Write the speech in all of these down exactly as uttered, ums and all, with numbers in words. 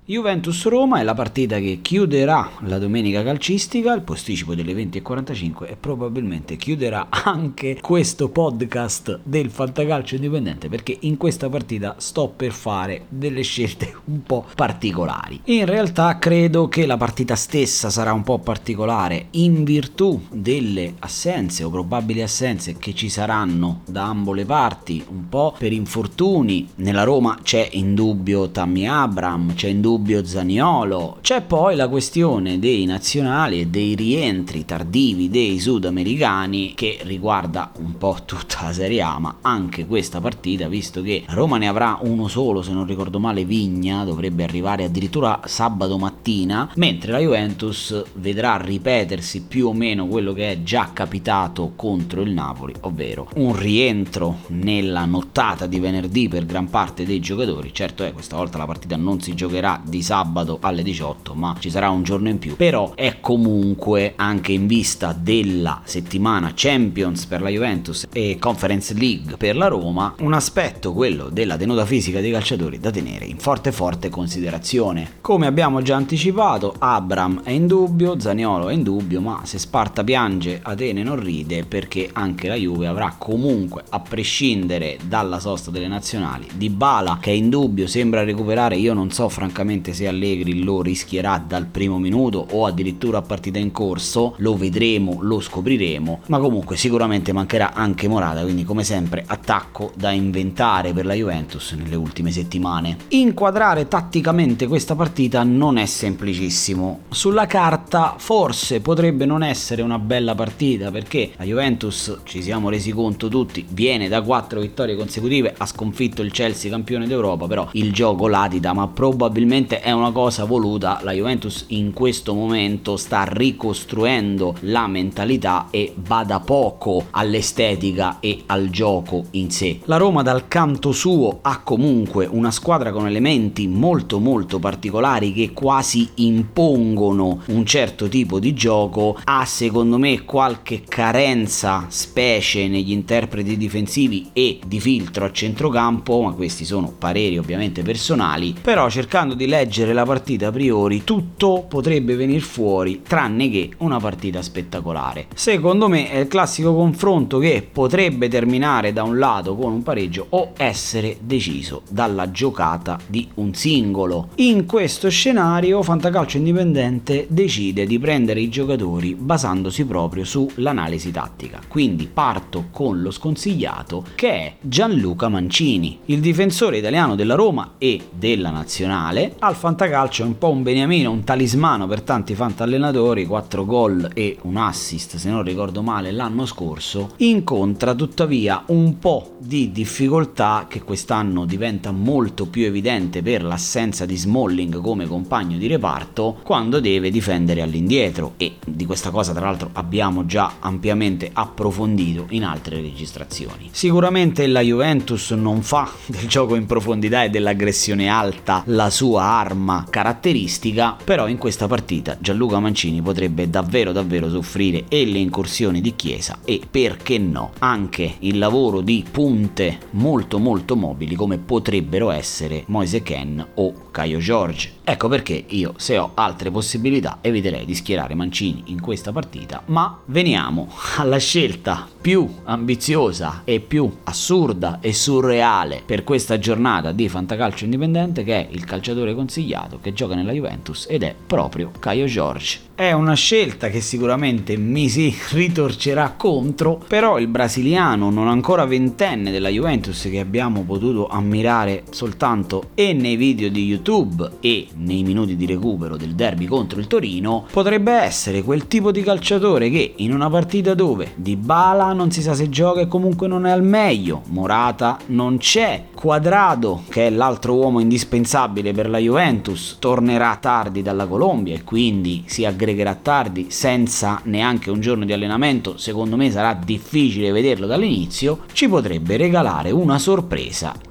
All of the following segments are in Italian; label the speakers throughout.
Speaker 1: Juventus-Roma è la partita che chiuderà la domenica calcistica, il posticipo delle venti e quarantacinque, e probabilmente chiuderà anche questo podcast del Fantacalcio Indipendente, perché in questa partita sto per fare delle scelte un po' particolari. In realtà credo che la partita stessa sarà un po' particolare in virtù delle assenze o probabili assenze che ci saranno da ambo le parti, un po' per infortuni. Nella Roma c'è in dubbio Tammy Abraham, c'è in dubbio Zaniolo, c'è poi la questione dei nazionali e dei rientri tardivi dei sudamericani che riguarda un po' tutta la Serie A, ma anche questa partita, visto che Roma ne avrà uno solo, se non ricordo male Vigna, dovrebbe arrivare addirittura sabato mattina, mentre la Juventus vedrà ripetersi più o meno quello che è già capitato contro il Napoli, ovvero un rientro nella nottata di venerdì per gran parte dei giocatori. Certo è, questa volta la partita non si giocherà di sabato alle diciotto, ma ci sarà un giorno in più, però è comunque, anche in vista della settimana Champions per la Juventus e Conference League per la Roma, un aspetto, quello della tenuta fisica dei calciatori, da tenere in forte forte considerazione. Come abbiamo già anticipato, Abraham è in dubbio, Zaniolo è in dubbio, ma se Sparta piange Atene non ride, perché anche la Juve avrà comunque, a prescindere dalla sosta delle nazionali, Dybala che è in dubbio, sembra recuperare. Io non so francamente se Allegri lo rischierà dal primo minuto o addirittura a partita in corso, lo vedremo, lo scopriremo, ma comunque sicuramente mancherà anche Morata, quindi come sempre attacco da inventare per la Juventus nelle ultime settimane. Inquadrare tatticamente questa partita non è semplicissimo. Sulla carta forse potrebbe non essere una bella partita, perché la Juventus, ci siamo resi conto tutti, viene da quattro vittorie consecutive, ha sconfitto il Chelsea campione d'Europa, però il gioco latita, ma probabilmente è una cosa voluta. La Juventus in questo momento sta ricostruendo la mentalità e bada poco all'estetica e al gioco in sé. La Roma dal canto suo ha comunque una squadra con elementi molto molto particolari che quasi impongono un certo tipo di gioco, ha secondo me qualche carenza specie negli interpreti difensivi e di filtro a centrocampo, ma questi sono pareri ovviamente personali, però cercando di leggere la partita a priori tutto potrebbe venire fuori tranne che una partita spettacolare. Secondo me è il classico confronto che potrebbe terminare da un lato con un pareggio o essere deciso dalla giocata di un singolo. In questo scenario Fantacalcio Indipendente decide di prendere i giocatori basandosi proprio sull'analisi tattica, quindi parto con lo sconsigliato che è Gianluca Mancini, il difensore italiano della Roma e della nazionale. Al fantacalcio è un po' un beniamino, un talismano per tanti fantallenatori, quattro gol e un assist se non ricordo male l'anno scorso. Incontra tuttavia un po' di difficoltà che quest'anno diventa molto più evidente per l'assenza di Smalling come compagno di reparto quando deve difendere all'indietro, e di questa cosa tra l'altro abbiamo già ampiamente approfondito in altre registrazioni. Sicuramente la Juventus non fa del gioco in profondità e dell'aggressione alta la sua arma caratteristica, però in questa partita Gianluca Mancini potrebbe davvero davvero soffrire e le incursioni di Chiesa e, perché no, anche il lavoro di punte molto molto mobili come potrebbero essere Moise Kean o Caio Jorge. Ecco perché io, se ho altre possibilità, eviterei di schierare Mancini in questa partita. Ma veniamo alla scelta più ambiziosa e più assurda e surreale per questa giornata di Fantacalcio Indipendente, che è il calciatore consigliato che gioca nella Juventus ed è proprio Caio Jorge. È una scelta che sicuramente mi si ritorcerà contro, però il brasiliano non ancora ventenne della Juventus, che abbiamo potuto ammirare soltanto e nei video di YouTube e nei minuti di recupero del derby contro il Torino, potrebbe essere quel tipo di calciatore che in una partita dove Dybala non si sa se gioca e comunque non è al meglio, Morata non c'è, Cuadrado, che è l'altro uomo indispensabile per la Juventus, tornerà tardi dalla Colombia e quindi si aggregherà tardi senza neanche un giorno di allenamento, secondo me sarà difficile vederlo dall'inizio, ci potrebbe regalare una sorpresa e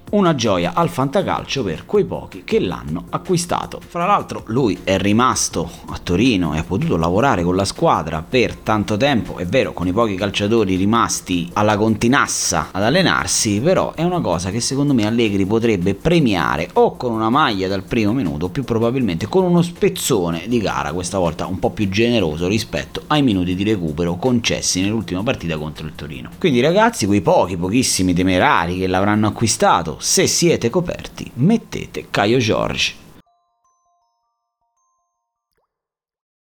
Speaker 1: una gioia al fantacalcio per quei pochi che l'hanno acquistato. Fra l'altro lui è rimasto a Torino e ha potuto lavorare con la squadra per tanto tempo, è vero, con i pochi calciatori rimasti alla Continassa ad allenarsi, però è una cosa che secondo me Allegri potrebbe premiare o con una maglia dal primo minuto o più probabilmente con uno spezzone di gara, questa volta un po' più generoso rispetto ai minuti di recupero concessi nell'ultima partita contro il Torino. Quindi ragazzi, quei pochi, pochissimi temerari che l'avranno acquistato, se siete coperti, mettete Caio Jorge